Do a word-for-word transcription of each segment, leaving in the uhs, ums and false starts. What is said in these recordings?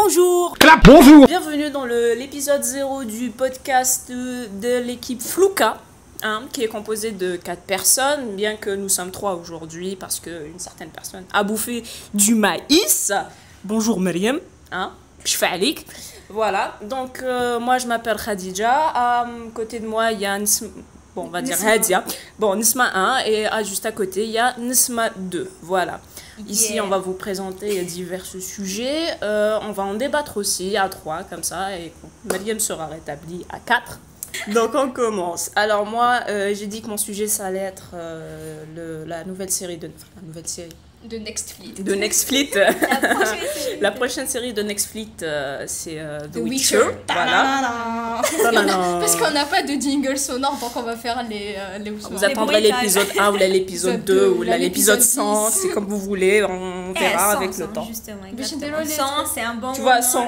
Bonjour. Clap, bonjour. Bienvenue dans le, l'épisode zéro du podcast de, de l'équipe Flouka, hein, qui est composée de quatre personnes, bien que nous sommes trois aujourd'hui parce qu'une certaine personne a bouffé du maïs. Bonjour Myriam, hein, Pshfalik. Voilà, donc euh, moi je m'appelle Khadija, à côté de moi il y a Nisma, bon on va dire Hadia, bon Nisma un, et à, juste à côté il y a Nisma deux, voilà. Ici, yeah. On va vous présenter divers sujets. Euh, on va en débattre aussi à trois, comme ça, et Myriam sera rétablie à quatre. Donc, on commence. Alors, moi, euh, j'ai dit que mon sujet, ça allait être euh, le, la nouvelle série de... La nouvelle série de Nextfleet. De Nextfleet. La prochaine série, la prochaine série de Nextfleet, euh, c'est euh, The, The Witcher. Witcher. Voilà. Parce qu'on n'a pas de jingle sonore, donc on va faire les... Euh, les vous attendrez l'épisode un ou l'épisode deux ou l'épisode cent, c'est comme vous voulez, on verra eh, cent, avec cent, le temps. Justement, exactement. cent, c'est un bon Tu vois, cent.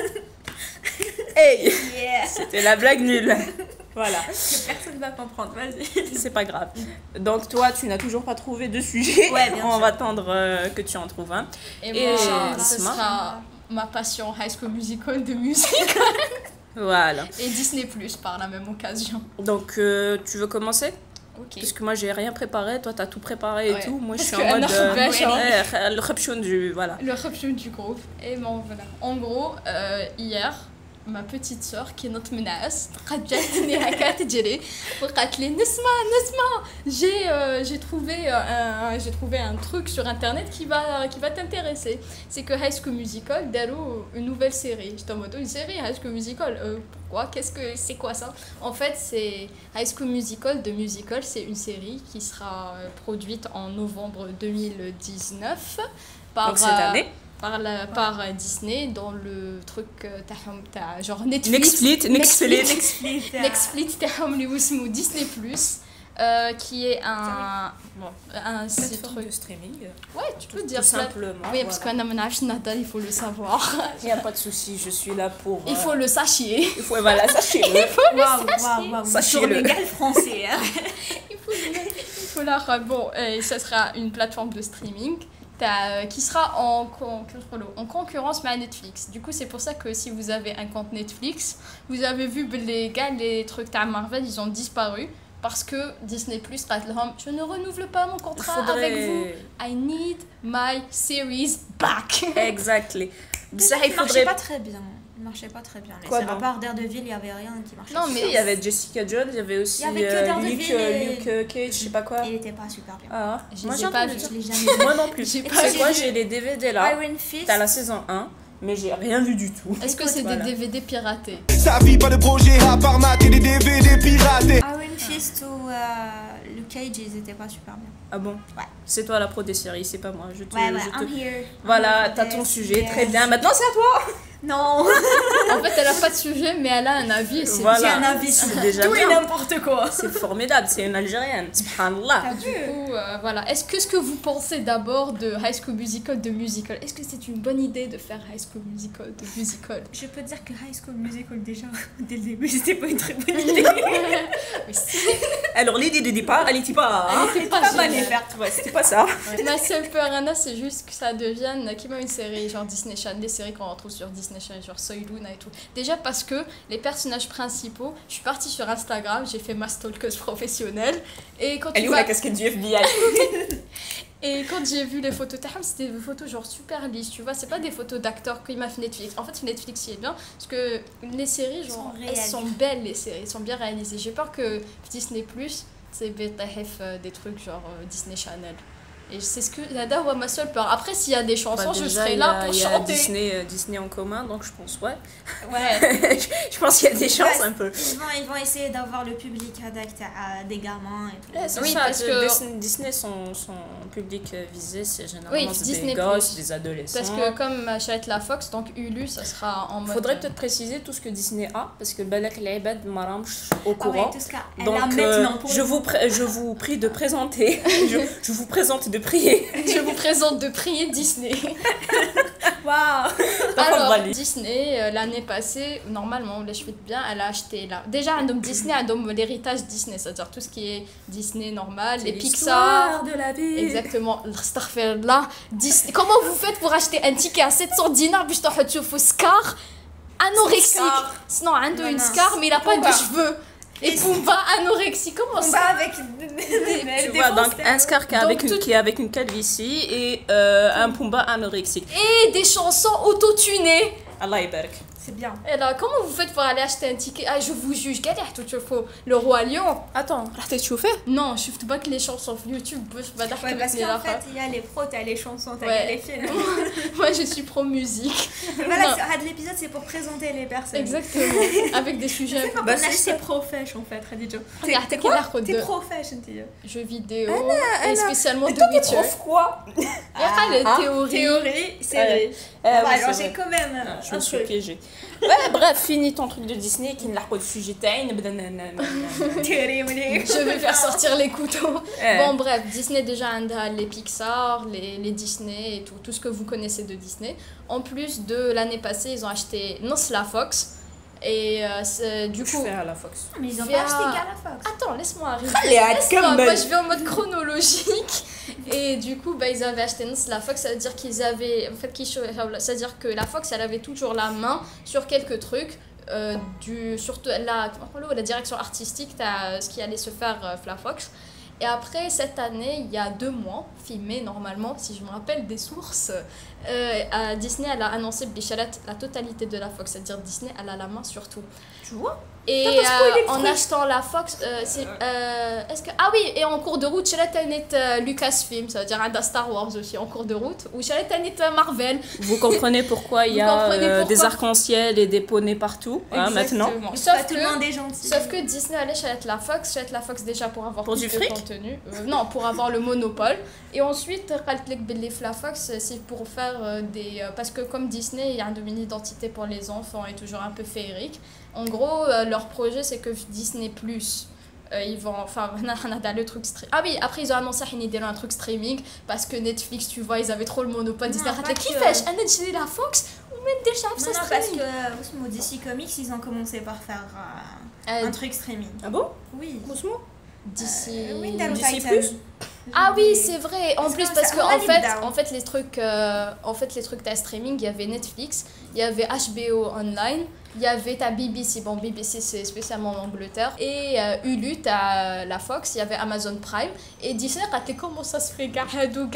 Hey, yeah. C'était la blague nulle. Voilà. Que personne ne va comprendre, vas-y. C'est pas grave. Donc toi, tu n'as toujours pas trouvé de sujet. Ouais, bien On sûr. va attendre euh, que tu en trouves un. Et, Et moi, euh, ce sera ma passion High School Musical de musique. Voilà. Et Disney Plus par la même occasion. Donc euh, tu veux commencer? Okay. Parce que moi j'ai rien préparé, toi t'as tout préparé ouais. et tout. Moi Parce je suis en mode euh, le réception du voilà. Le réception du groupe. Et bon voilà. En gros, euh, hier ma petite sœur qui est notre menace رجعتني هكا تجري وقالت لي نسمع نسمع j'ai euh, j'ai trouvé un j'ai trouvé un truc sur internet qui va qui va t'intéresser. C'est que High School Musical داروا une nouvelle série. J'étais en mode une série High School Musical euh, pourquoi qu'est-ce que c'est quoi ça? En fait, c'est High School Musical de musical, c'est une série qui sera produite en novembre deux mille dix-neuf par donc cette année. Par, la, par Disney dans le truc t'as genre Netflix Nextfleet Nextfleet Nextfleet Nextfleet t'as اللي اسمه Disney Plus euh, qui est un bon un plateforme de streaming. Ouais, tu peux dire tout simplement. Oui, voilà. Parce qu'on a mon âge Nadal, il faut le savoir. Il y a pas de souci, je suis là pour il faut euh... le sachier. Il faut voilà, sachez-le. Il faut le wow, sachier. Waouh, waouh, sur le légal français. Hein. il faut le il faut la bon et ça sera une plateforme de streaming. Euh, qui sera en, con, en concurrence avec Netflix. Du coup, c'est pour ça que si vous avez un compte Netflix, vous avez vu les gars, les trucs de Marvel, ils ont disparu parce que Disney Plus, je ne renouvelle pas mon contrat Faudrait... avec vous. I need my series back. Exactly. Ça, il faudrait pas très bien. Il marchait pas très bien. Quoi, à part Daredevil, il y avait rien qui marchait. Non, mais il y avait Jessica Jones, il y avait aussi il y avait que euh, Luke, et... Luke Cage, je sais pas quoi. Il était pas super bien. Ah, je moi j'ai pas vu. Je l'ai jamais vu. Moi non plus. J'ai pas c'est quoi, j'ai les D V D là. Iron Fist. T'as la saison un, mais j'ai rien vu du tout. Est-ce que c'est voilà. des D V D piratés? Ça vit pas de projet à part mater des D V D piratés. Iron Fist ou euh, Luke Cage, ils étaient pas super bien. Ah bon? Ouais. C'est toi la pro des séries, c'est pas moi. Je te, ouais, ouais, je te... I'm here. Voilà, I'm t'as ton sujet, yes. très bien. Maintenant c'est à toi. Non. En fait, elle a pas de sujet, mais elle a un avis. C'est voilà. J'ai un avis sur déjà tout bien. et n'importe quoi. C'est formidable, c'est une Algérienne. Subhanallah. Du coup, euh, voilà. Est-ce que ce que vous pensez d'abord de High School Musical de musical, est-ce que c'est une bonne idée de faire High School Musical de musical? Je peux dire que High School Musical déjà dès le début, c'était pas une très bonne idée. Alors l'idée de départ, elle était pas. Elle était pas, pas mal verte. Ouais, c'était pas ça. Ouais. Ma seule peur, Anna, c'est juste que ça devienne qui m'a une série genre Disney Channel, des séries qu'on retrouve sur Disney Channel, genre Soy Luna et tout. Déjà parce que les personnages principaux, je suis partie sur Instagram, j'ai fait ma stalkeuse professionnelle et quand elle tu est où vas... la casquette du F B I? Et quand j'ai vu les photos Taham, c'était des photos genre super lisses, tu vois, c'est pas des photos d'acteurs qu'il m'a fait Netflix. En fait, Netflix y est bien parce que les séries, genre, sont elles sont belles, les séries, elles sont bien réalisées. J'ai peur que Disney Plus, c'est des trucs genre euh, Disney Channel. Et c'est ce que Nada ou ma seule peur. Après, s'il y a des chansons, bah, déjà, je serai là pour chanter. Il y a Disney, euh, Disney en commun, donc je pense, ouais. Ouais. je, je pense qu'il y a des chances ouais, un peu. Ils vont, ils vont essayer d'avoir le public adapté à des gamins et tout. Ouais, c'est oui, ça, parce que Disney, son, son public visé, c'est généralement oui, des Disney gosses, plus. Des adolescents. Parce que comme achète la Fox, donc Hulu, ça sera en mode... Faudrait peut-être préciser tout ce que Disney a, parce que Balak Laibad Maramch au courant. Ah ouais, tout ce qu'elle donc, a maintenant pour je, vous pré- je vous prie de présenter, je, je vous présente de prier. Je vous présente de prier Disney. Waouh. Alors, Ghali. Disney, euh, l'année passée, normalement, les cheveux bien, elle a acheté là. Déjà, un homme Disney, un homme l'héritage Disney, c'est-à-dire tout ce qui est Disney normal, les Pixar. de la vie. Exactement. Là, Disney. Comment vous faites pour acheter un ticket à sept cents dinars puis tu fais Scar anorexique? Sinon, un de une Scar, mais il a pas de cheveux. Et Pumba anorexique, comment ça? Pumba avec Tu vois, donc un Scar qui est avec, une, qui est avec une calvitie et euh, un Pumba anorexique. Et des chansons autotunées. Allah Ibarak. C'est bien. Et là, comment vous faites pour aller acheter un ticket? Ah, je vous juge, galère, tout tu fais le Roi Lion. Attends, t'as chauffé? Non, je ne pas que les chansons sur YouTube. Je vais ouais, parce qu'en fait, il y a les pros, t'as les chansons, t'as ouais. les films. Moi, je suis pro-musique. Voilà, l'épisode, c'est pour présenter les personnes. Exactement. Avec des sujets. C'est pas bah, c'est pro-fashion, en fait, Khadija. T'es quoi? T'es pro-fashion, tu dis. Jeux vidéo, et spécialement de Witcher. Quoi? Ah, les théories. Théorie, c'est vrai. Alors, j'ai quand même. Je me suis piégée. Ouais, bref, finis ton truc de Disney qui ne l'a pas de sujet. Je vais faire sortir les couteaux. Bon, bref, Disney déjà a les Pixar, les, les Disney et tout, tout ce que vous connaissez de Disney. En plus de l'année passée, ils ont acheté Nos la Fox. Et euh, du coup. Je fais à la Fox. Mais ils ont pas acheté Galafox. Attends, laisse-moi arriver. Laisse-moi, moi je vais en mode chronologique. Et du coup, bah, ils avaient acheté la Fox, ça veut dire qu'ils avaient. En fait, qu'ils, c'est-à-dire que la Fox, elle avait toujours la main sur quelques trucs. Euh, du, surtout la, la direction artistique, t'as ce qui allait se faire euh, la Fox. Et après, cette année, il y a deux mois, filmé normalement, si je me rappelle des sources, euh, à Disney, elle a annoncé la totalité de la Fox, c'est-à-dire Disney, elle a la main sur tout. Tu vois? Et euh, en achetant la Fox, euh, c'est, euh, est-ce que ah oui, et en cours de route, j'ai euh, Lucasfilm, ça veut dire un Star Wars aussi en cours de route, ou j'ai Marvel. Vous comprenez pourquoi il y a euh, pourquoi des arcs-en-ciel et des poneys partout hein, maintenant. Sauf tout le monde est gentil. Sauf que Disney allait chez la Fox, chez la Fox déjà pour avoir pour plus du de fric contenu. Euh, non, pour avoir le monopole. Et ensuite, la Fox, c'est pour faire euh, des euh, parce que comme Disney, il y a une identité pour les enfants et toujours un peu féerique. En gros, euh, leur projet, c'est que Disney Plus, euh, ils vont. Enfin, on a le truc streaming. Ah oui, après, ils ont annoncé une idée, un truc streaming, parce que Netflix, tu vois, ils avaient trop le monopole. Disney, qui fait un Disney la Fox ou même déjà ça streaming. Parce que euh, D C Comics, ils ont commencé par faire euh, euh, un truc streaming. Ah bon? Oui. Cosmo? D C. Euh, oui, D C Plus. Ah oui, c'est vrai. En plus, parce que en fait, en fait, les trucs, euh, en fait, les trucs de streaming, il y avait Netflix, il y avait H B O Online, il y avait ta B B C. Bon, B B C c'est spécialement en Angleterre. Et euh, Hulu, t'as la Fox, il y avait Amazon Prime. Et Disney, quand comment ça se fait, gars, non,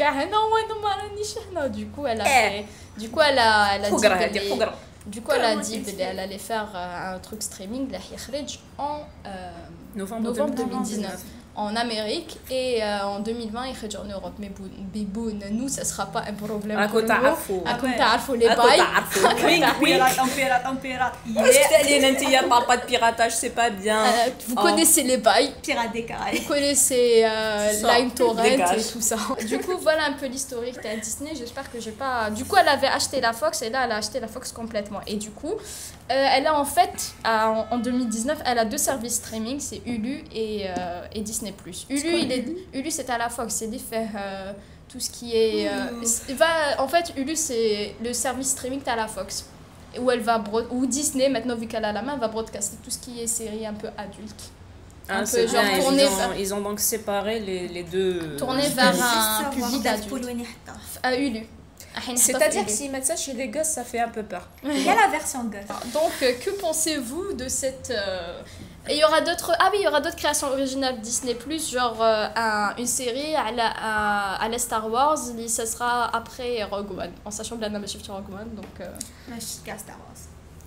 non, du coup, elle a fait, du coup, elle a, elle a dit, elle, du coup, elle a dit, elle allait faire euh, un truc streaming, en euh, novembre, novembre deux mille dix-neuf. En Amérique et euh, en deux mille vingt il fait en Europe mais biboun nous ça sera pas un problème à côté عارفو à côté عارفو les bails température température je parle pas de piratage c'est pas bien euh, vous oh. connaissez les bails Pirates des Caraïbes vous connaissez euh, Lime Torrent et tout ça du coup voilà un peu l'historique de Disney j'espère que j'ai pas du coup elle avait acheté la Fox et là elle a acheté la Fox complètement et du coup euh, elle a en fait en, en deux mille dix-neuf elle a deux services streaming c'est Hulu et, euh, et Disney Plus. Hulu, il est, Hulu c'est à la Fox, c'est lui fait euh, tout ce qui est. Euh, va, en fait, Hulu c'est le service streaming à la Fox. Où elle va broad, ou Disney, maintenant vu qu'elle a la main, va broadcaster tout ce qui est série un peu adulte. Ah, un peu genre bien, tourné ils, ont, vers, ils ont donc séparé les, les deux. Tourné vers un public adulte. À Hulu. C'est-à-dire que s'ils mettent ça chez les gosses, ça fait un peu peur. Il y a la version gosse. Donc, euh, que pensez-vous de cette... Euh... Et il y aura d'autres... Ah oui, il y aura d'autres créations originales Disney+, genre euh, un, une série à la, à, à la Star Wars, ça sera après Rogue One, en sachant que la name est Rogue One, donc... Euh... Star Wars.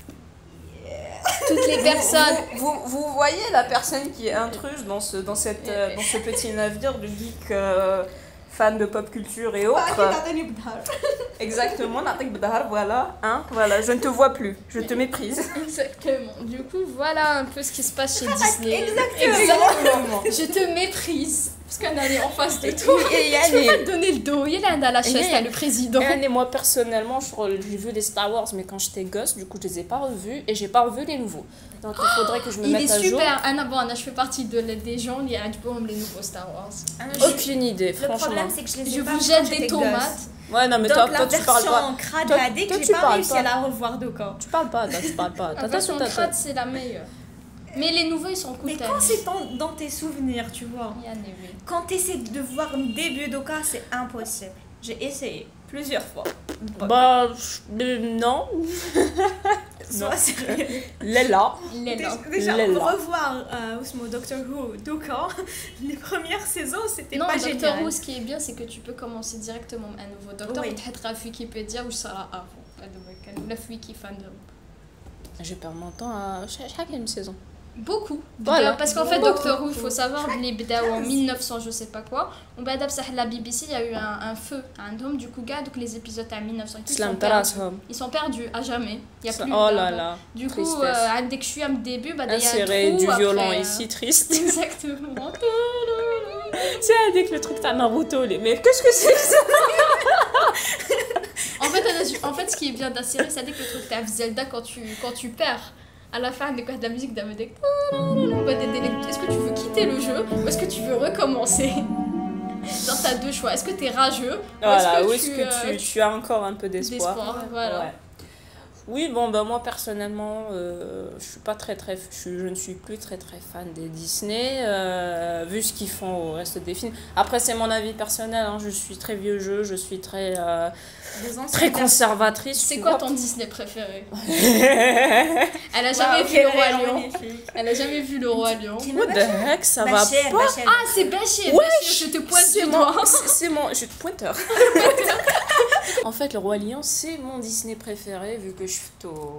Yeah. Toutes les personnes... Vous, vous, vous voyez la personne qui est intruse dans ce, dans cette, euh, dans ce petit navire de geek... Euh, fan de pop culture et autres. Exactement, voilà, hein, voilà, je ne te vois plus, je te méprise. Exactement. Du coup, voilà un peu ce qui se passe chez Disney. Exactement. Exactement. Je te méprise. Parce qu'on est en face de toi. Je peux pas te donner le dos. Il est là dans la chaise, t'as le président. Et moi, personnellement, j'ai vu les Star Wars, mais quand j'étais gosse, du coup, je les ai pas revus et j'ai pas revu les nouveaux. Donc, il faudrait que je me il mette à jour. Il est super. Anna, bon, Anna, je fais partie de, des gens qui ont les nouveaux Star Wars. Aucune idée, franchement. Le problème, c'est que je les ai je pas vous jette des tomates. Ouais, non, mais Donc toi, la toi tu parles version pas. crade Toi- H D, toi, que tu j'ai pas parles réussi pas. à la revoir d'aujourd'hui. Tu parles pas, toi, tu parles pas. La T'as version t'as- crade, c'est la meilleure. Mais les nouveaux, ils sont cool. Mais quand c'est dans, dans tes souvenirs, tu vois, Il y a des oui. quand tu essaies de voir un début d'Oka, c'est impossible. J'ai essayé plusieurs fois. Bah, je- euh, non. non. Soit sérieux. Léla. Les là. Déjà, Lella. revoir euh, Osmo Doctor Who d'Oka, les premières saisons, c'était Non, pas Doctor génial. Who, ce qui est bien, c'est que tu peux commencer directement un nouveau docteur Oui. et tu as Wikipédia où ça sera avant. La Wiki fandom. Je perds mon temps à chaque une saison. Beaucoup. Voilà. Parce qu'en fait, Beaucoup. Doctor Who, il faut savoir, les بداو en mille neuf cents, je sais pas quoi. On va adapter la B B C, il y a eu un, un feu à un dôme, du coup, gars, donc les épisodes à mille neuf cents, ils sont Slam perdus. Tarashom. Ils sont perdus à jamais. Il y a plus Oh de- là là. Du coup, Tristesse. euh, dès que je suis à mon début, bah, il y a un Insérer trou, du violon après, euh, ici, triste. Exactement. C'est avec le truc t'as Naruto. Les... Mais qu'est-ce que c'est que ça? En fait, on a- en fait, ce qui est bien de la série, c'est que le truc t'as Zelda quand tu, quand tu perds. À la fin, de quoi de la musique d'Amedek. Est-ce que tu veux quitter le jeu ou est-ce que tu veux recommencer? Genre, t'as deux choix. Est-ce que t'es rageux Voilà, ou où est-ce est-ce que, que tu, tu, tu as encore un peu euh, d'espoir? d'espoir, voilà. Ouais. Oui, bon, ben moi personnellement, euh, je suis pas très très, je, suis- je ne suis plus très très fan des Disney, euh, vu ce qu'ils font au reste des films. Après, c'est mon avis personnel, hein, je suis très vieux jeu, je suis très euh, Les anciens très versions. conservatrice. C'est tu quoi vois. ton Disney préféré? Elle a jamais Waouh, vu le quel Roi rêve Lion. magnifique. Elle a jamais vu le Roi Lion. Qui What me the heck, ça va Bachir, pas? Bachir. Ah, c'est Bachir. Ouais, Bachir, je te pointe C'est du mon, doigt. c'est c'est mon, je suis pointeur. En fait, le Roi Lion, c'est mon Disney préféré, vu que je suis au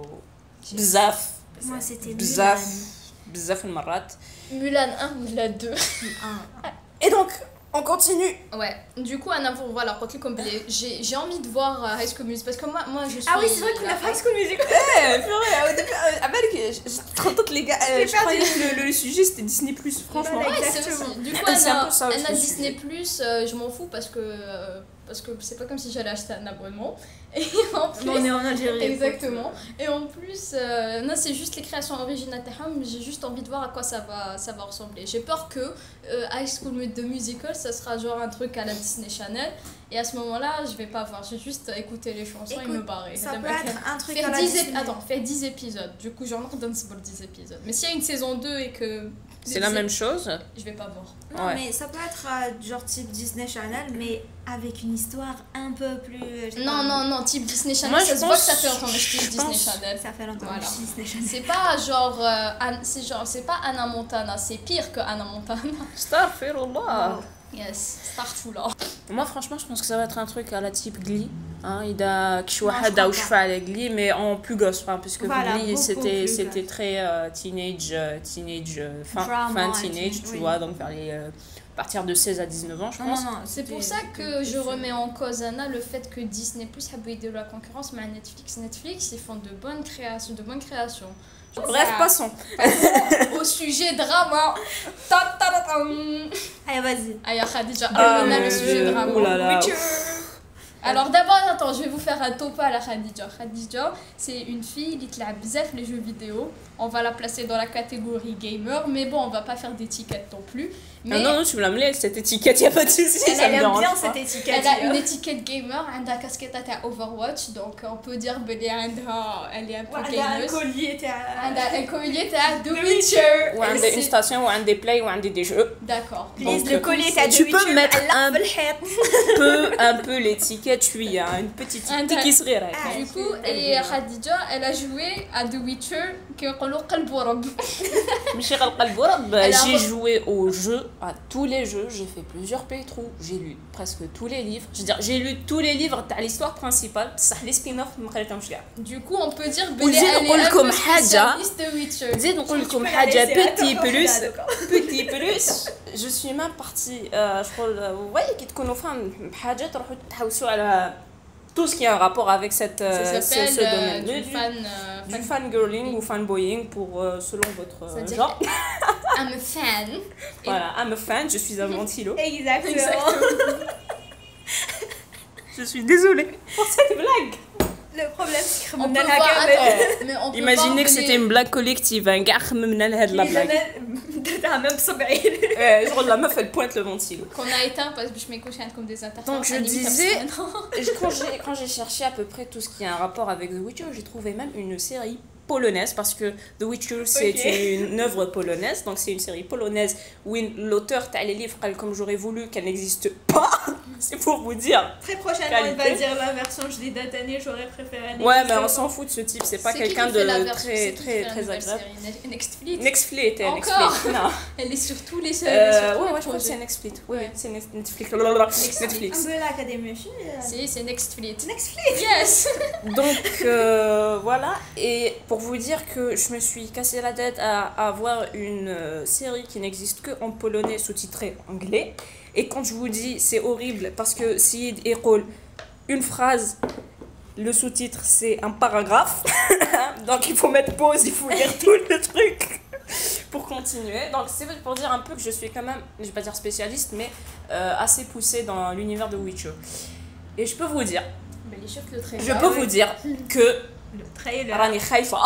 bzaf, Moi, c'était bzaf, Mulan. bzaf le marat. Mulan un ou Mulan deux. Un. Et donc, on continue. Ouais, du coup, un avant, voilà, quand comme j'ai j'ai envie de voir euh, High School Musical parce que moi, moi je suis. Ah oui, c'est vrai qu'on a fait High School Musical. Eh, purée, au début, euh, ah, bah, je te contente, les gars. euh, J'ai je perdu. croyais que le, le sujet c'était Disney Plus, franchement. Voilà. Ouais, c'est Exactement. aussi. Du coup, C'est un Anna, peu ça aussi, Anna le Disney sujet. Plus, euh, je m'en fous parce que euh, parce que c'est pas comme si j'allais acheter un abonnement. Et en plus, On est en Algérie. exactement. Et en plus, euh, non, c'est juste les créations originales de mais j'ai juste envie de voir à quoi ça va, ça va ressembler. J'ai peur que euh, High School de Musical, ça sera genre un truc à la Disney Channel. Et à ce moment-là, je vais pas voir. Je vais juste écouter les chansons et Écoute, me barrer. Ça Ça peut va être- être un truc Faire à la dix Disney. ép- Attends, faire dix épisodes. Du coup, j'en ai donne pour dix épisodes. Mais s'il y a une saison deux et que. C'est la même chose. Je vais pas voir. Non, Ouais. mais ça peut être euh, genre type Disney Channel, mais avec une histoire un peu plus. euh, je sais Non, pas. non, non, type Disney Channel, Moi, ça je se voit que pense- ça fait longtemps que je je dis Disney pense- Channel. Ça fait longtemps Voilà. que je suis Disney Channel. C'est pas genre, euh, Anne- c'est genre, c'est pas Anna Montana, c'est pire que Anna Montana. Astaghfirullah. Yes, Starfula. Moi, franchement, je pense que ça va être un truc à la type Glee. Hein, il a Non, je crois Kishwahada ou pas. Shfa avec Glee, mais en plus gosse, hein, puisque Voilà, Glee beaucoup c'était plus c'était gosse. très euh, teenage, euh, teenage, euh, fin, Drama, fin et teenage, tout, tu oui. vois, donc vers les euh, à partir de seize à dix-neuf ans, je Non, pense. non, non. C'est pour c'était- ça que je c'était- remets en cause, Anna, le fait que Disney Plus a de la concurrence, mais à Netflix, Netflix, ils font de bonnes créations, de bonnes créations. Genre, Bref, ça- passons. Au sujet drama. Ta ta ta tam. Allez, vas-y. Aya Khadija, Ah, on a le mais- sujet drama. oh là là. Witcher. Alors d'abord, attends, je vais vous faire un topo à la Khadija. Khadija, c'est une fille qui a bzaf les jeux vidéo. On va la placer dans la catégorie gamer, mais bon, on va pas faire d'étiquette non plus. Mais Ah non, non, tu me l'as mêlé, cette étiquette, y a pas de souci, Elle ça Elle me aime dérange bien pas. cette étiquette. elle a une étiquette gamer, elle a casquette à Overwatch, donc on peut dire qu'elle est un peu Elle a un gameuse. collier, t'es à. Elle a un collier à The The Witcher. Ou un Et des- c'est- une station, ou un des plays, ou un des des jeux. D'accord. Please, Donc, le collier, t'as tu The peux Witcher, mettre elle l'a un- في الحيط. peu, un peu l'étiquette, je suis hein, une petite Un petite ta- qui se rire. Ah, Du coup, et Khadija, elle a joué à The Witcher, qui est قلب ورب. Michel Al-Qalbourab, Elle a j'ai re- joué aux jeux, à tous les jeux, j'ai fait plusieurs playthroughs, j'ai lu presque tous les livres. Je veux dire, j'ai lu tous les livres de l'histoire principale, ça les spin-off ما قريتهمش كاع. Du coup, on peut dire ونزيد elle est نقول un لكم peu حاجة. spécialiste de Witcher. نزيد نقول Tu لكم peux la حاجة laisser, petit attends, plus, là, d'accord. petit plus. Je suis même partie, euh, je crois, euh, vous voyez كي تكونوا فان بحاجة تروحوا تحوسوا على tout ce qui a un rapport avec cette, euh, Ça ce, s'appelle ce euh, domaine. du Du, fan... euh, du fan- fangirling ou fanboying pour, euh, selon votre euh, C'est-à-dire genre. I'm a fan. Voilà, I'm a fan, je suis un ventilo. Exactement. Exactement. Je suis désolée pour cette blague. Le problème, c'est que On on peut a la voir... gamme. Attends, mais on peut Imaginez voir que venir- c'était une blague collective, un gars خممنا لها هاد la Les blague. années- درتها même بصبعي. Euh, genre la meuf elle pointe le ventilo. Qu'on a éteint parce que je m'écoute comme des interférences. Donc je à limite, disais, absolument. quand j'ai, quand j'ai cherché à peu près tout ce qui a un rapport avec The Witcher, j'ai trouvé même une série polonaise parce que The Witcher c'est Ok. une œuvre polonaise, donc c'est une série polonaise où l'auteur t'as les livres comme j'aurais voulu qu'elle n'existe pas. C'est pour vous dire. Très prochainement, il va Qualité. dire la version je l'ai datanée, j'aurais préféré. Ouais, mais on s'en fout de ce type, c'est pas C'est quelqu'un qui qui de fait la version- très c'est qui qui très fait la très nouvelle agréable. série Nextfleet. Nextfleet, elle Encore. Nextfleet. Non. Elle est sur tous les Euh, séries. sur tous ouais, les ouais, je crois que projets. c'est Nextfleet. Ouais, ouais, c'est Next- Netflix. Netflix. Netflix. Umbrella Academy aussi. Si, c'est Nextfleet. Netflix. Yes. Donc euh, voilà, et pour vous dire que je me suis cassé la tête à, à avoir une euh, série qui n'existe que en polonais sous-titré anglais. Et quand je vous dis c'est horrible parce que Sid écoule une phrase, le sous-titre c'est un paragraphe. Donc il faut mettre pause, il faut lire tout le truc pour continuer. Donc c'est pour dire un peu que je suis quand même, je vais pas dire spécialiste, mais euh, assez poussée dans l'univers de Witcher. Et je peux vous dire, Mais les chefs le trailer. je peux vous dire que Le trailer. راني خايفة.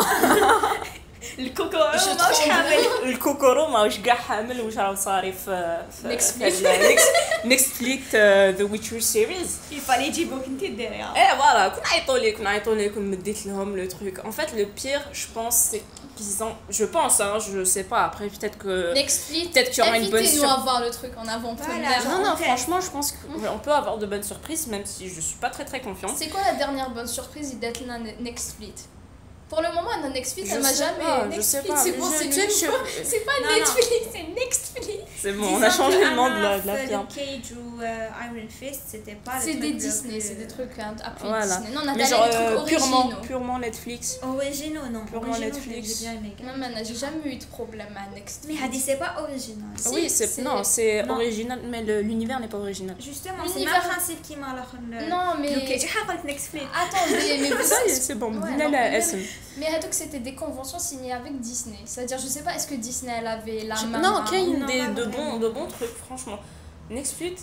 الكوكورو Je ماهوش tremble. حامل. الكوكورو ماهوش كاع حامل واش راه صاري في Netflix. نيكسفليكس ذا ويتشر سيريز. يفالي يجيبوك انت ديريها. ايه فوالا كنا عيطوا لي كنا عيطوا لي كنا مديت لهم لو تروك. En fait le pire je pense c'est qu'ils ont je pense hein je sais pas après peut-être que Nextfleet. peut-être qu'il y aura une bonne Invitez-nous surprise. à voir le truc en avant-première. Voilà. Non non Ok. franchement je pense qu'on peut avoir de bonnes surprises même si je suis pas très très confiante. C'est quoi la dernière bonne surprise d'être là Nextfleet? Pour le moment, un Nextfleet, Je elle m'a sais jamais. pas, je Nextfleet, sais pas, c'est mais bon, je- c'est tu sais, une je- fois. C'est pas Non, non. Netflix, c'est Nextfleet. C'est bon on a changé le nom de la, de la Disons que firme. Luke Cage ou euh, Iron Fist, c'était pas le C'est truc des le Disney, plus- c'est des trucs hein, appuyés Voilà. Disney. Non, on a Mais des genre trucs euh, purement originaux. purement Netflix. Originaux, non. Purement Originaux, Netflix. J'ai bien aimé. Non, mais j'ai jamais eu de problème à Nextfleet. Mais Hadi, c'est pas original. Si, Oui, c'est c'est- non, c'est Non. original, mais le- l'univers n'est pas original. Justement, c'est L'univers- le principe qui m'a l'air. Non, mais. Luke Cage, j'ai قلت Netflix. Attendez, mais vous Ça y est, savez. c'est bon. Ouais, Dina non, la mais- S M. Mais Hadouk, c'était des conventions signées avec Disney. C'est-à-dire, je sais pas, est-ce que Disney elle avait la main. Non, qu'il y a non, une des, pas de, vraiment. bons, de bons trucs, franchement. Netflix,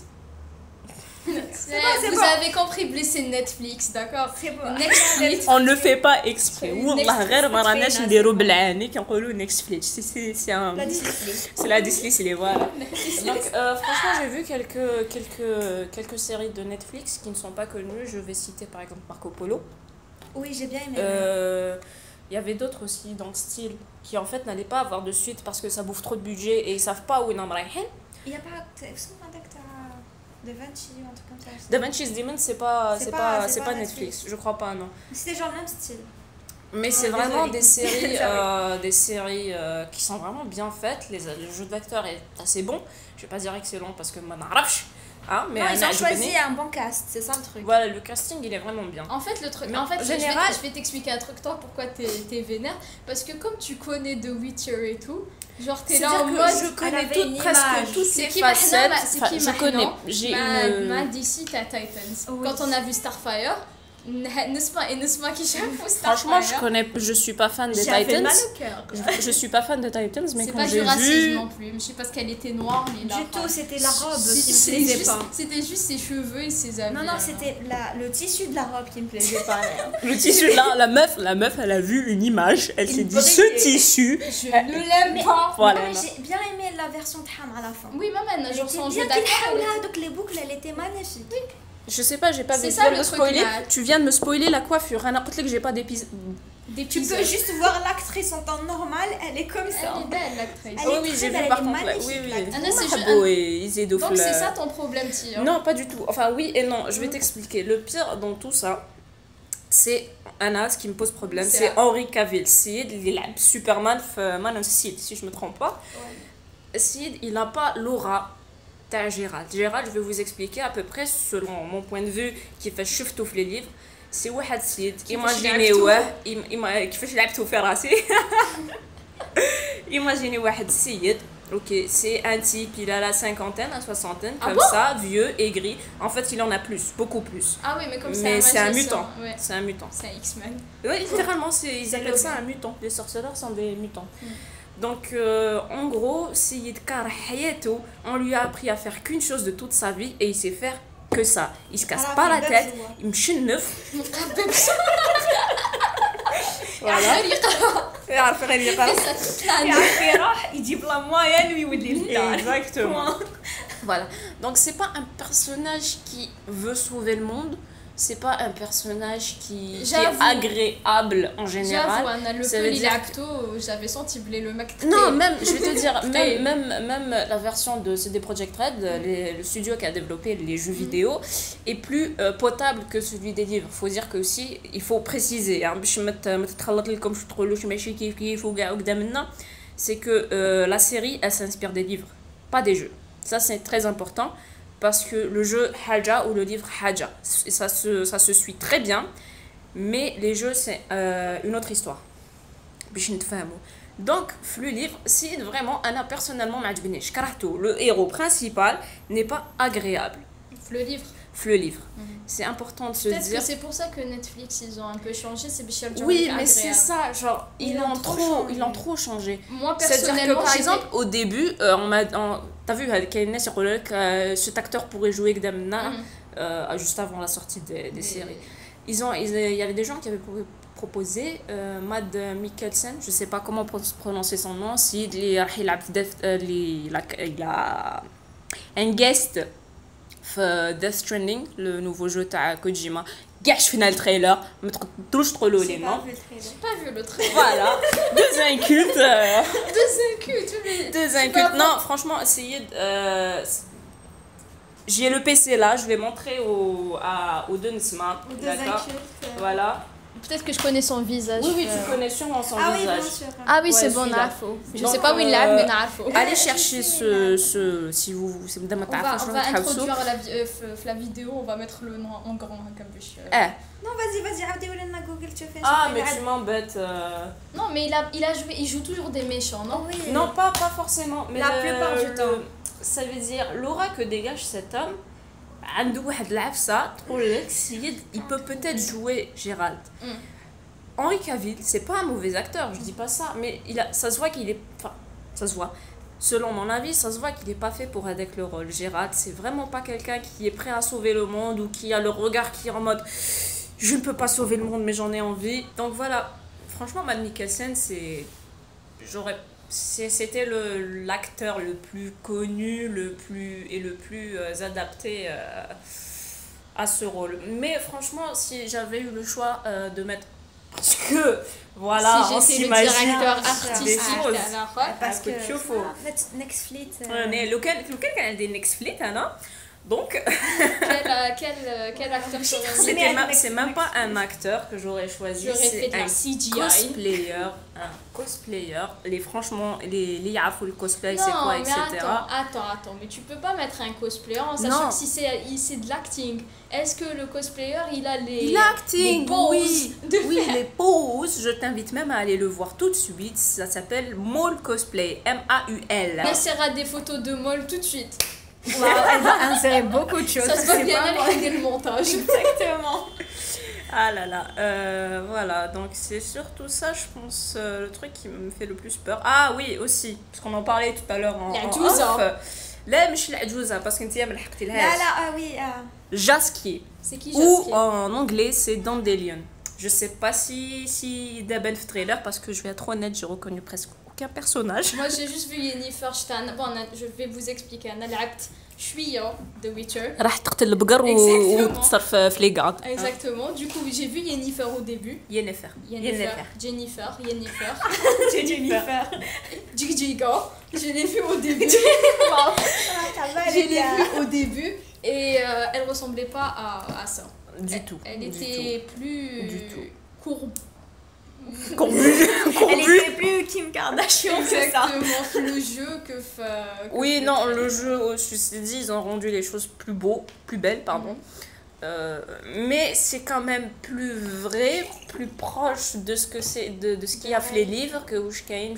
Eh, c'est vous bon. avez compris, blesser Netflix, d'accord? C'est bon. Netflix. on ne le fait pas exprès. C'est والله Netflix, غير ما c'est راناش très نديرو naze. بالعاني كنقولوا Netflix. C'est c'est c'est un La dyslexie. c'est la dyslexie, voilà. Donc euh, franchement, j'ai vu quelques quelques quelques séries de Netflix qui ne sont pas connues. Je vais citer par exemple Marco Polo. Oui, j'ai bien aimé. Euh, Il y avait d'autres aussi dans le style qui en fait n'allaient pas avoir de suite parce que ça bouffe trop de budget et ils savent pas où ils en رايحين. Il y a pas. Est-ce qu'on a d'acte De Vinci ou un truc comme ça? Da Vinci's Demon c'est pas C'est c'est pas- pas c'est c'est pas pas Netflix. Netflix. Je crois pas non. C'était genre le même style. Mais c'est Ouais, vraiment désolée. des séries Sorry. euh, des séries euh, qui sont vraiment bien faites. Les le jeu d'acteur est assez bon. Je vais pas dire excellent parce que moi n'arrafche. Hein, mais Non, ils Anna, ont je choisi connais. un bon cast, c'est ça le truc. Voilà, le casting il est vraiment bien. En fait, le truc. Mais en fait, en je vais- général- je vais t'expliquer un truc, toi, pourquoi t'es t'es vénère. Parce que comme tu connais The Witcher et tout, genre t'es là C'est-à-dire en que mode. je connais avait toutes, une presque image. toutes C'est les qui maintenant, facettes. ma- c'est Enfin, qui je connais. maintenant J'ai Ma, une. ma D C, t'as Titans. Oui. Quand on a vu Starfire, Nesma et Nesma qui chafouent Starfire. Franchement, je connais, je suis pas fan des J'avais Titans. mal au cœur. Je, je suis pas fan de Titans, mais C'est quand pas j'ai du racisme vu. non plus, mais je sais pas ce qu'elle était noire ni là. Du tout, c'était la robe qui me C'était plaisait juste, pas. c'était juste ses cheveux et ses habits. Non, non, alors. c'était la- le tissu de la robe qui me plaisait pas. Le tissu là, la meuf, la meuf, elle a vu une image, elle s'est Une dit ce brique. tissu. Je ne l'aime pas. Voilà. Non, mais j'ai bien aimé la version de Ham à la fin. Oui, maman, Elle genre était son bien jeu qu'il d'acteur. elle حاولها, donc les boucles, elle était magnifique. Je sais pas, j'ai pas C'est vu. ça, Tu viens de le me truc, spoiler. là. Tu viens de me spoiler la coiffure. Anna قلت لك j'ai pas d'épisode. Des Tu peux juste voir l'actrice en temps normal, elle est comme ça. Elle est belle, l'actrice. Elle Oui est oui, très j'ai belle, vu elle par est contre là. magnifique, Oui oui. l'actrice. Ah non, c'est juste Beau un- et Isédouf, Donc c'est là. ça ton problème, Tia. Non, pas du tout. Enfin, oui et non. Je vais t'expliquer. Le pire dans tout ça, c'est Anna, ce qui me pose problème, C'est c'est là. Henry Cavill. Sid, il a Superman, في Man of Steel, si je me trompe pas. Sid, il n'a pas l'aura de Gérald. Gérald, je vais vous expliquer à peu près selon mon point de vue qui fait شفتو في les livres. C'est واحد سيد ايماجينيوه كيفاش لعبتو في راسي. Imaginez واحد السيد. Ok, c'est un type, il a la cinquantaine, la soixantaine, Ah comme bon ça, vieux, aigri. En fait, il en a plus, beaucoup plus. Ah oui, mais comme Mais c'est c'est un magicien, mutant. Ouais. C'est un mutant. C'est un X-Men. Oui, littéralement, c'est, ils C'est appellent le ça un mutant. Les sorceleurs sont des mutants. Donc, euh, en gros, Seyid Kar Hayato, on lui a appris à faire qu'une chose de toute sa vie et il sait faire que ça. Il se casse Ah, pas la belle tête, joie. il me chine neuf. مقبب Voilà. غير يقرا. يعرف غير يقرا Ça toute l'année. يعرف يروح يجيب لا موين ويولي للدار. Exactement. Voilà. Donc c'est pas un personnage qui veut sauver le monde, c'est pas un personnage qui, qui est J'avoue. agréable en J'avoue, général. Anna, le ça peu veut il dire acto, j'avais senti blé le mec. Non, même, je vais te dire, Très- même, même, même la version de C D Projekt Red, les- le studio qui a développé les jeux vidéo, est plus euh, potable que celui des livres. Il faut dire que aussi, il faut préciser, hein, باش ما ت- ما تتخلط لكم شو تقولوش ماشي كيف كيف وكاع قدامنا, c'est que euh, la série, elle s'inspire des livres, pas des jeux. Ça, c'est très important, parce que le jeu Haja ou le livre Haja, ça se, ça se suit très bien, mais les jeux, c'est euh, une autre histoire. باش نتفاهموا. Donc, le livre, c'est vraiment, Anna, personnellement, m'ajbinich. Karahtou, le héros principal n'est pas agréable. Le livre. Le livre. Mhm. C'est important de se Peut-être dire. que c'est pour ça que Netflix, ils ont un peu changé, c'est Bichel Oui, mais c'est ça, genre, ils, Ils l'ont l'ont trop trop, changé. ils l'ont trop changé. Moi, C'est-à-dire que, personnellement, par j'étais- exemple, au début, euh, on m'a, on- t'as vu, il y a une nation qui dit que cet acteur pourrait jouer Gdamna, Mhm. euh, juste avant la sortie des, des Des- séries. Ils ont, ils- il y avait des gens qui avaient pro- proposé euh, Mad Mikkelsen, je sais pas comment pro- prononcer son nom, si il a, il a, il a, il a un guest في Death Stranding, le nouveau jeu تاع Kojima. كاع شفنا التريلر ما تقدروش تقولوا لي non. J'ai pas vu le trailer. Voilà, deux incultes. euh, Deux incus, tu les. Deux vas incultes. voir. Non, franchement, essayez de. euh, J'ai le P C là, je vais montrer au, à, aux deux Nsma. Ou deux D'accord. incultes. euh. Voilà. Peut-être que je connais son visage. Oui, oui, euh. tu connais sûrement son Ah oui, visage. bien sûr. Ah oui, Ouais, c'est bon, celui-là. Narfo. Je Donc, sais pas où il l'a, euh, mais Narfo. Allez Je chercher sais, ce, là. ce. Si vous. Si vous On va, on va introduire la, vi- euh, f- f- la vidéo, on va mettre le nom en grand, hein, comme je- Eh. Non, vas-y, vas-y, عاودي ولنا جوجل تشوفي. Ah, mais tu m'embêtes. euh. Non, mais il a, il a joué, il joue toujours des méchants, non? Oui. Non, pas, pas forcément. Mais La le- plupart du le- temps. Ça veut dire l'aura que dégage cet homme. عنده واحد العفسة تقول لك السيد il peut peut-être jouer Gérald. Mm. Henri Cavill, c'est pas un mauvais acteur, je dis pas ça, mais il a, ça se voit qu'il est, enfin, ça se voit. Selon mon avis, ça se voit qu'il est pas fait pour avec le rôle. Gérald, c'est vraiment pas quelqu'un qui est prêt à sauver le monde ou qui a le regard qui est en mode je ne peux pas sauver le monde mais j'en ai envie. Donc voilà, franchement, Mads Mikkelsen, c'est, j'aurais, c'est- c'était le l'acteur le plus connu, le plus et le plus euh, adapté euh, à ce rôle. Mais franchement, si j'avais eu le choix euh, de mettre parce que voilà, Si on j'étais le s'imagine directeur des artistique, choses. alors, ouais. Parce que tu faux. en fait Netflix. euh, Ouais, mais lequel lequel كان عندي Netflix انا donc Quel, euh, quel, euh, quel acteur serait c'était Mais même- avec- c'est même pas un acteur que j'aurais choisi, J'aurais fait c'est de la un C G I. cosplayer, un cosplayer. Les franchement les les يعرفوا le cosplay c'est Non, quoi, mais et cetera. attends, attends, attends, mais tu peux pas mettre un cosplayer en sachant Non. que si c'est il- c'est de l'acting. Est-ce que le cosplayer il a les. Il a acting, les poses oui, de oui, faire. les poses. Je t'invite même à aller le voir tout de suite. Ça s'appelle Maul Cosplay, M A U L. On essaiera des photos de Moll tout de suite. Waouh, elle va insérer beaucoup de choses. Ça se voit c'est bien pas moi. avec le montage. Exactement. Ah là là, euh, voilà, donc c'est surtout ça, je pense, euh, le truc qui me fait le plus peur. Ah oui, aussi, parce qu'on en parlait tout à l'heure en, La en Djouza. off. لا مش العجوزة parce qu'انت ما لحقتي Là, لهاش. là, ah oui. ah. Jasquier. C'est qui Ou Jasquier? en anglais, c'est Dandelion. Je sais pas si si d'Abel trailer parce que je vais être honnête, j'ai reconnu presque aucun personnage. Moi j'ai juste vu Yennefer Stan. Bon, je vais vous expliquer. أنا لعبت شوية The Witcher. راح تقتل البقر Exactement. وتصرف في لي غاد. Exactement. Du coup, j'ai vu Yennefer au début. Yennefer. Yennefer. Jennifer. Yennefer. Jennifer. Jijiga. Je l'ai vu au début. Ah, ça va, Je les l'ai gars. vu au début et euh, elle ressemblait pas à, à ça. Du Elle- tout. Elle du était plus Du tout. courbe. tout. Corbu. Elle Corbu. était plus Kim Kardashian que ça. Exactement. Le jeu que fait. que Oui, fait non, Trailer. le jeu, oh, je suis dit, ils ont rendu les choses plus beaux, plus belles, pardon. Euh, mais c'est quand même plus vrai, plus proche de ce que c'est, de, de ce qu'il y a fait les livres que Ushkain,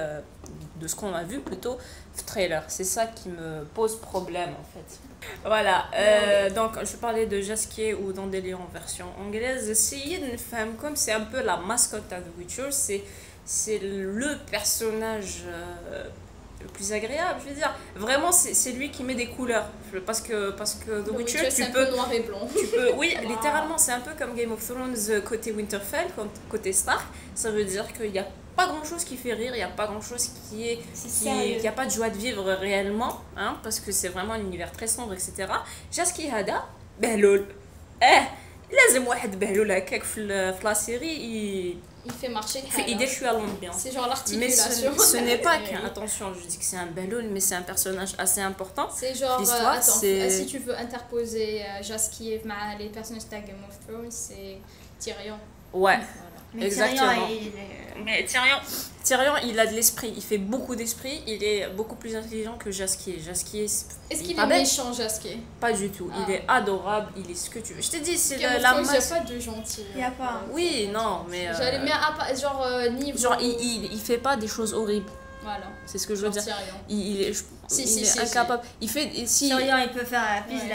de ce qu'on a vu plutôt, le trailer. C'est ça qui me pose problème en fait. Voilà, euh, donc je parlais de Jasquier ou Dandelion en version anglaise. Essayez de femme comme c'est un peu la mascotte de The Witcher, c'est c'est le personnage euh, le plus agréable, je veux dire. Vraiment, c'est c'est lui qui met des couleurs. Parce que, parce que The The Witcher, Witcher, tu c'est un peux, peu noir et blanc. tu peux, oui, littéralement, c'est un peu comme Game of Thrones euh, côté Winterfell, côté Stark. Ça veut dire qu'il y a pas grand chose qui fait rire, il n'y a pas grand chose qui est. C'est qui sérieux. n'y a pas de joie de vivre réellement, hein, parce que c'est vraiment un univers très sombre, et cetera. Jaski Hada, بهلول. Eh, لازم واحد بهلول هكاك في ال- في la série, il, Il fait marcher le il halal. déchue à l'ambiance. C'est genre Mais ce, l'articulation. ce n'est pas Oui. qu'un. Attention, je dis que c'est un ballon, mais c'est un personnage assez important. C'est genre, euh, L'histoire, attends, c'est- euh, si tu veux interposer euh, Jaskier avec les personnages de Game of Thrones, c'est Tyrion. Ouais, Voilà. Mais exactement. Tyrion, il est- mais Tyrion, Tyrion, il a de l'esprit, il fait beaucoup d'esprit, il est beaucoup plus intelligent que Jaskier. Jaskier, c'est Est-ce il qu'il pas est bête. méchant, Jaskier? Pas du tout. Ah. Il est adorable, il est ce que tu veux. Je t'ai dit, c'est Game la, of la Thrones, il n'y a masse. pas de gentil. Y a pas. Oui, non, mais. euh, J'allais bien à part- genre euh, niveau. Genre, il, il, il fait pas des choses horribles. Voilà. C'est ce que je veux Genre dire. Tyrion. Il, il est, je- Si, il si, est si, incapable. Il fait. Si, Tyrion, il peut faire la pige. Ouais.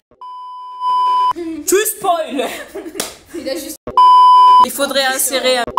tu spoil. Il a juste Il faudrait insérer un.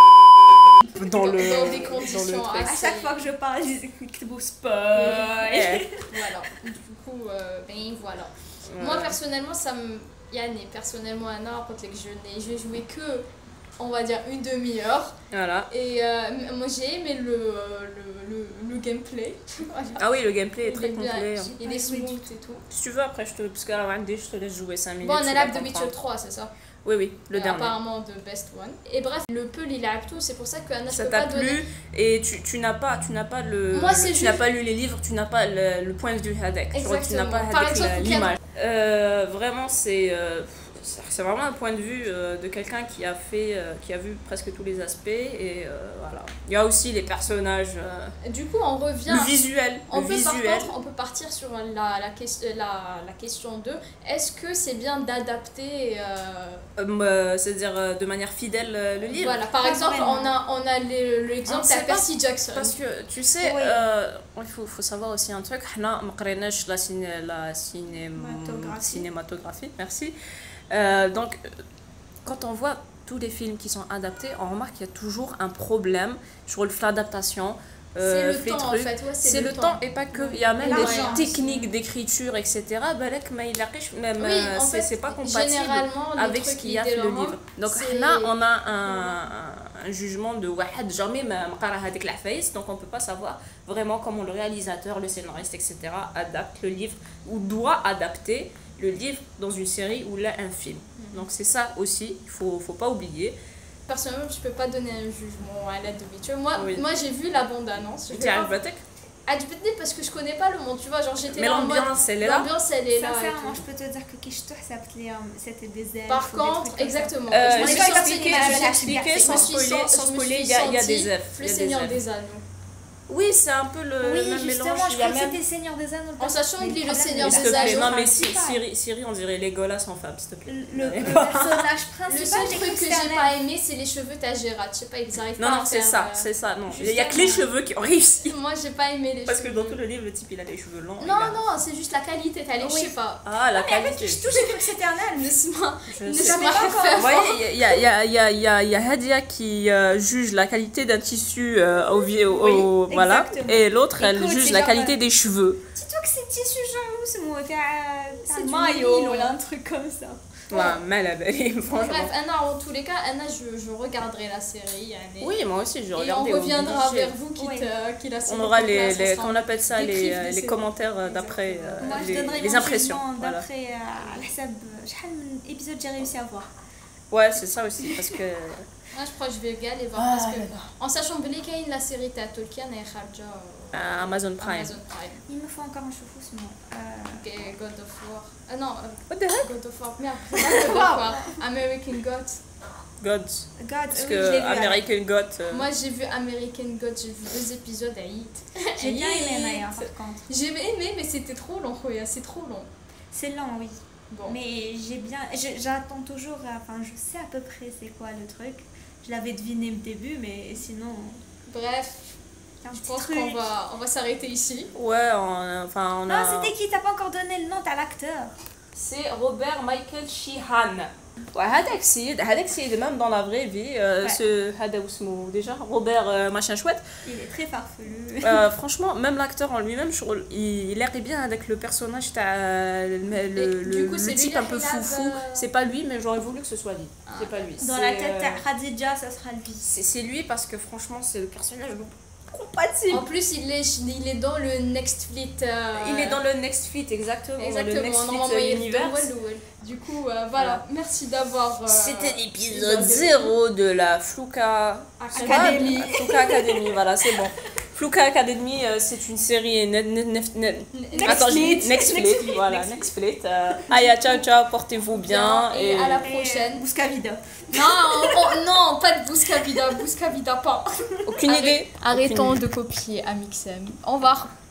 Dans le. Dans des dans conditions le truc. À chaque fois que je parle, je dis que beau spoil. Ouais. Voilà. Du coup, euh, ben voilà. Ouais. Moi personnellement, ça me. Yann, personnellement, Anna, contre les jeux, j'ai joué que, on va dire, une demi-heure. Voilà. Et euh, m- moi j'ai aimé le, le, le, le gameplay. Voilà. Ah oui, le gameplay est Il très est bien, complet. hein. il est smooth et tout. Si tu veux, après, je te. Parce qu'à la je te laisse jouer cinq minutes. Bon, on tu a vas l'app de comprendre. Witcher trois, c'est ça? Oui, oui, le Euh, dernier. Apparemment de Best One. Et bref, le peu il a tout, c'est pour ça que Anna, je Ça peux t'a pas donner. plu et tu, tu n'as pas tu n'as pas le Moi, c'est tu juste- n'as pas lu les livres, tu n'as pas le, le point de vue Hadek. Tu vois, tu n'as pas Exactement. Par Hadek exemple, la- quel- l'image. Euh, vraiment c'est euh, c'est c'est vraiment un point de vue euh, de quelqu'un qui a fait euh, qui a vu presque tous les aspects et euh, voilà. Il y a aussi les personnages euh, Du coup, on revient. le visuel, On le peut, par visuel. contre, on peut partir sur la, la, ques- la, la question deux. Est-ce que c'est bien d'adapter euh, Euh, c'est-à-dire euh, de manière fidèle euh, le livre. Voilà, par Pas exemple, vraiment. on a, on a le- l'exemple On de sait pas, Percy Jackson. Parce que tu sais, Oui. euh, il faut, faut savoir aussi un truc, حنا ما قريناش la, ciné, la cinéma- Cinématographie. cinématographie, merci. Euh, donc, euh, quand on voit tous les films qui sont adaptés, on remarque qu'il y a toujours un problème sur l'adaptation. Euh, c'est les le temps trucs. en fait, ouais, C'est le temps et pas que. Il y a même L'argent des aussi. techniques d'écriture, et cetera. بالك ما يلاقيش même, Oui, euh, en c'est fait, c'est pas compatible généralement, les avec ce trucs qu'il y a dans le idéalement, livre. Donc c'est- là, on a un, un, un jugement de واحد jamais ما ما قرا هذيك العفايس, donc on peut pas savoir vraiment comment le réalisateur, le scénariste, et cetera adapte le livre ou doit adapter le livre dans une série ou là un film. Donc c'est ça aussi, il faut faut pas oublier. Personnellement, je peux pas donner un jugement à l'aide de Witcher. Moi, Oui. moi j'ai vu la bande-annonce. Je vais Tu pas- عجبتك? Ah, du peut-être parce que je connais pas le monde, tu vois. Genre, j'étais Mais là en mode. l'ambiance elle est là. L'ambiance, elle est là. et Sincèrement, tout. je peux te dire que Kishtou, c'était des elfes. Par ou des contre, trucs comme ça. exactement. Euh, je je me vais suis pas sentie- expliquer, sorti, je vais mais expliquer je sans me suis spoiler, sent- sans je me spoiler, suis il y a, il y a sentie des elfes. Le il y a des Seigneur elfes. des Anneaux. Oui, c'est un peu le Oui, même justement, mélange. je Il y a crois que même... c'était Seigneur des Anneaux. En sachant Mais qu'il est le problème, Seigneur S'il des te plaît, Anneaux. non mais si, principal. Siri, Siri, on dirait Legolas en femme, s'il te plaît. Le, le personnage Le principal, seul j'ai truc cru que c'était j'ai un pas elfe. aimé, c'est les cheveux Tagérat. Je sais pas, ils arrivent Non, pas non, à c'est faire, ça, euh, c'est ça, non. Il y a que justement. les cheveux qui ont réussi. Moi, j'ai pas aimé les Parce que cheveux. dans tout le livre, le type, il a les cheveux longs. Non, il a- non, c'est juste la qualité. T'as les, Oui. je sais pas. Ah, la Mais avec qualité. Kishtou, j'ai cru que c'était un elfe. Laisse-moi. Je laisse-moi sais. J'avais pas encore- faire. Vous voyez, il y a, il y, a, il y, a, il y, a, il y a Hadia qui euh, juge la qualité d'un tissu euh, au, vie- au, Oui, au- voilà, exactement. et l'autre, elle Écoute, juge c'est la genre, qualité euh, des cheveux. Dis-toi que c'est tissu genre اسمه تاع C'est تاع du maillot nylon. ou un truc comme ça. Ouais, mal à belle, franchement. Bref, Anna, en tous les cas, Anna, je, je regarderai la série. Anne. Oui, moi aussi, je Et on regardais. au reviendra obligé. vers vous qui, Oui. te- qui la On série aura pour les, place, les on sera- qu'on appelle ça, les, débrief euh, des les séries. commentaires euh, d'après, Exactement. euh, Moi, je les, donnerai les mon impressions. jugement Voilà. d'après euh, على حساب شحال من épisode j'ai réussi à voir. Ouais, c'est ça aussi, parce que... Moi, je crois que je vais aller voir. Ah, parce que, en sachant que Blake la série de Tolkien et Kharja euh, Amazon Prime. Amazon Prime. Il me faut encore un choufous moi. Euh, Ok, God of War. Ah non, euh, What the heck? God of War. Merde, c'est pas God of War. American Gods. Gods. God, Parce oui, que je l'ai vu, American God... euh, Moi, j'ai vu American Gods, j'ai vu deux épisodes à hit. J'ai bien aimé Naya par contre. J'ai aimé, mais c'était trop long, Khoya, c'est trop long. C'est lent, oui. Bon. Mais j'ai bien. je- J'attends toujours. euh, Enfin, je sais à peu près c'est quoi le truc. Je l'avais deviné au début, mais sinon. Bref, c'est un je petit pense truc. qu'on va, on va s'arrêter ici. Ouais, on, enfin, on Non, a... c'était qui? T'as pas encore donné le nom, t'as l'acteur. C'est Robert Michael Sheehan. Ouais, هذاك السيد هذاك السيد même dans la vraie vie euh, Ouais. ce هذا واسمه déjà Robert euh, machin chouette. Il est très farfelu. Euh, franchement, même l'acteur en lui-même, je trouve, il, il est bien avec le personnage, t'as le, le, Et le, du coup, le c'est lui, type un peu Hilab, foufou. euh, C'est pas lui, mais j'aurais voulu que ce soit lui. Ah, c'est pas lui. Dans c'est, la tête, euh, t'as Khadija, ça sera lui. c'est, c'est lui parce que franchement, c'est le personnage compatible. En plus, il est, il est dans le Next Fleet. euh, Il est dans le Next Fleet, exactement. Exactement, Dans le Next normalement, Fleet il est Universe. dans Well Well. Du coup, euh, voilà. Merci d'avoir. euh, C'était l'épisode épisode zéro de la Fluka Academy. Squad. Fluka Academy, voilà, c'est bon. Fluka Academy, euh, c'est une série. Ne, ne, ne, ne- Next Attends, j'ai- Fleet. Next Fleet, Next Fleet. voilà, Next Next Fleet. Euh, Aya, ciao, ciao, portez-vous bien. Et à la prochaine. Buscavida. Non, oh, non, pas de Buscavida, Buscavida pas. Aucune idée. Arrêtons Aucune de copier Amixem. Au revoir.